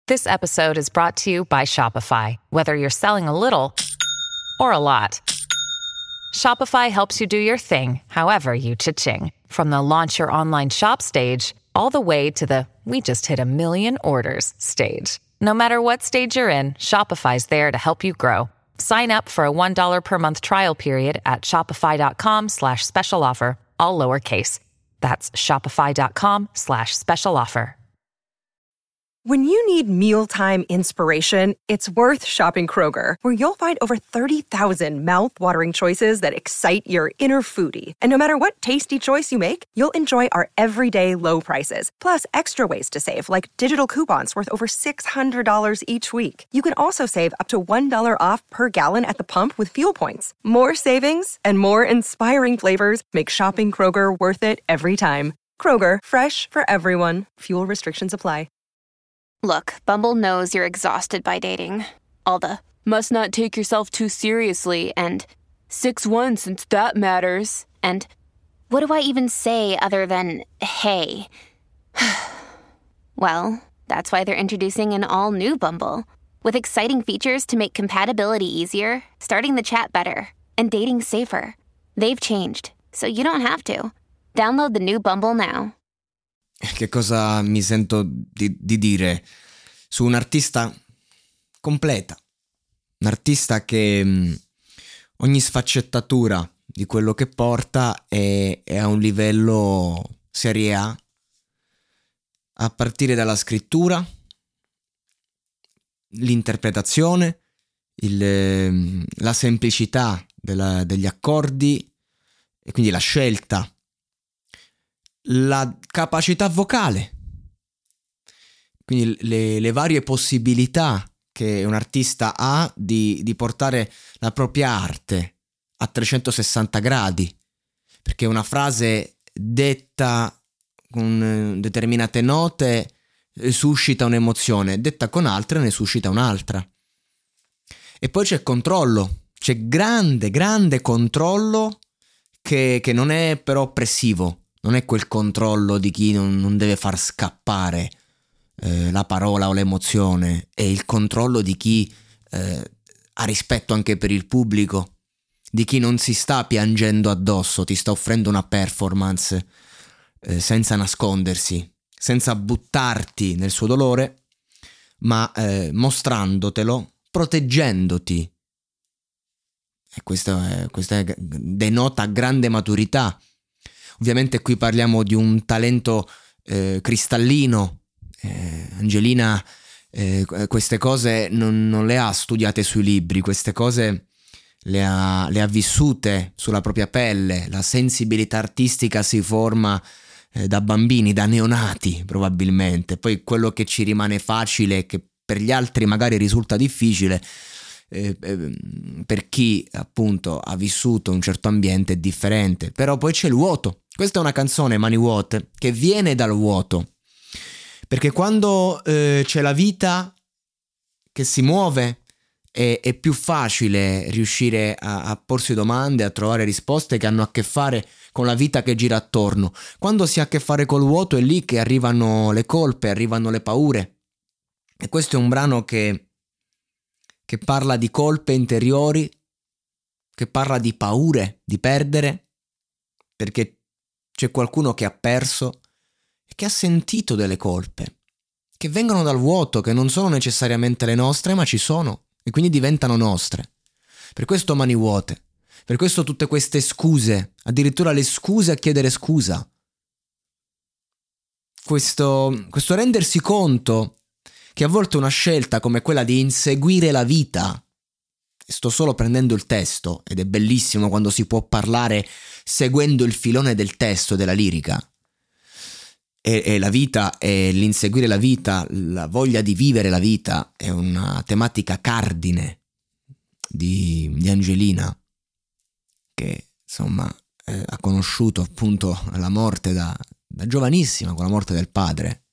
This episode is brought to you by Shopify. Whether you're selling a little or a lot, Shopify helps you do your thing, however you cha-ching. From the launch your online shop stage, all the way to the we just hit 1 million orders stage. No matter what stage you're in, Shopify's there to help you grow. Sign up for a $1 per month trial period at shopify.com/special offer, all lowercase. That's shopify.com/special offer. When you need mealtime inspiration, it's worth shopping Kroger, where you'll find over 30,000 mouth-watering choices that excite your inner foodie. And no matter what tasty choice you make, you'll enjoy our everyday low prices, plus extra ways to save, like digital coupons worth over $600 each week. You can also save up to $1 off per gallon at the pump with fuel points. More savings and more inspiring flavors make shopping Kroger worth it every time. Kroger, fresh for everyone. Fuel restrictions apply. Look, Bumble knows you're exhausted by dating. All the, must not take yourself too seriously, and 6'1" since that matters, and what do I even say other than, hey? Well, that's why they're introducing an all-new Bumble, with exciting features to make compatibility easier, starting the chat better, and dating safer. They've changed, so you don't have to. Download the new Bumble now. Che cosa mi sento di dire su un artista completa, un artista che ogni sfaccettatura di quello che porta è a un livello serie a partire dalla scrittura, l'interpretazione, la semplicità degli accordi e quindi la scelta, la capacità vocale, quindi le varie possibilità che un artista ha di portare la propria arte a 360 gradi, perché una frase detta con determinate note suscita un'emozione, detta con altre ne suscita un'altra. E poi c'è controllo, c'è grande controllo che non è però oppressivo. Non è quel controllo di chi non deve far scappare la parola o l'emozione, è il controllo di chi ha rispetto anche per il pubblico, di chi non si sta piangendo addosso, ti sta offrendo una performance senza nascondersi, senza buttarti nel suo dolore, ma mostrandotelo, proteggendoti. E questo denota grande maturità. Ovviamente qui parliamo di un talento cristallino. Angelina queste cose non le ha studiate sui libri, queste cose le ha vissute sulla propria pelle. La sensibilità artistica si forma da bambini, da neonati probabilmente. Poi quello che ci rimane facile, che per gli altri magari risulta difficile, per chi appunto ha vissuto un certo ambiente è differente. Però poi c'è il vuoto. Questa è una canzone, Mani vuote, che viene dal vuoto, perché quando c'è la vita che si muove è più facile riuscire a porsi domande, a trovare risposte che hanno a che fare con la vita che gira attorno. Quando si ha a che fare col vuoto è lì che arrivano le colpe, arrivano le paure. E questo è un brano che parla di colpe interiori, che parla di paure, di perdere, perché c'è qualcuno che ha perso e che ha sentito delle colpe, che vengono dal vuoto, che non sono necessariamente le nostre, ma ci sono e quindi diventano nostre. Per questo Mani vuote, per questo tutte queste scuse, addirittura le scuse a chiedere scusa. Questo rendersi conto che a volte una scelta come quella di inseguire la vita, sto solo prendendo il testo ed è bellissimo quando si può parlare seguendo il filone del testo, della lirica, e la vita e l'inseguire la vita, la voglia di vivere la vita è una tematica cardine di Angelina, che insomma ha conosciuto appunto la morte da giovanissima, con la morte del padre,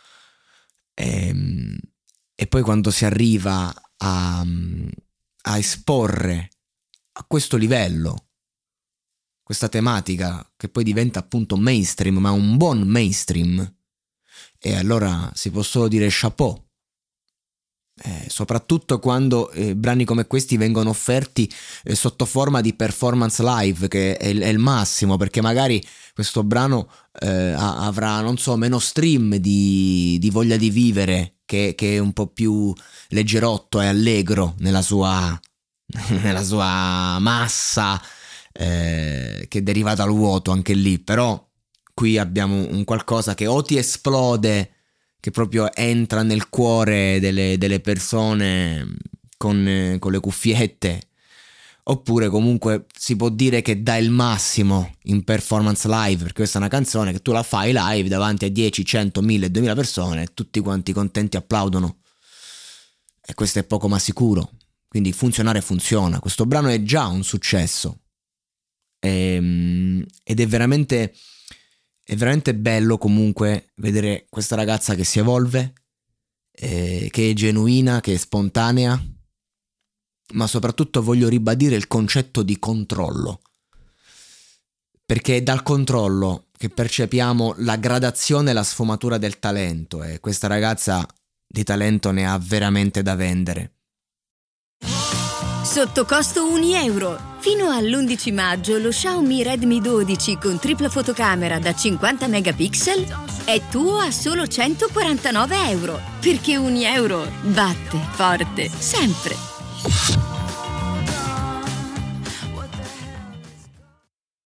e poi quando si arriva a esporre a questo livello questa tematica, che poi diventa appunto mainstream, ma un buon mainstream, e allora si può solo dire chapeau, soprattutto quando brani come questi vengono offerti sotto forma di performance live, che è il massimo, perché magari questo brano avrà, non so, meno stream di Voglia di vivere, che è un po' più leggerotto e allegro nella sua massa, che deriva dal vuoto anche lì. Però qui abbiamo un qualcosa che o ti esplode, che proprio entra nel cuore delle persone con le cuffiette, oppure comunque si può dire che dà il massimo in performance live, perché questa è una canzone che tu la fai live davanti a 10, 100, 1000, 2000 persone e tutti quanti contenti applaudono, e questo è poco ma sicuro. Quindi funziona. Questo brano è già un successo, ed è veramente bello comunque vedere questa ragazza che si evolve, che è genuina, che è spontanea, ma soprattutto voglio ribadire il concetto di controllo, perché è dal controllo che percepiamo la gradazione e la sfumatura del talento, e questa ragazza di talento ne ha veramente da vendere. Sotto costo €1. Fino all'11 maggio lo Xiaomi Redmi 12 con tripla fotocamera da 50 megapixel è tuo a solo €149, perché €1 batte forte sempre.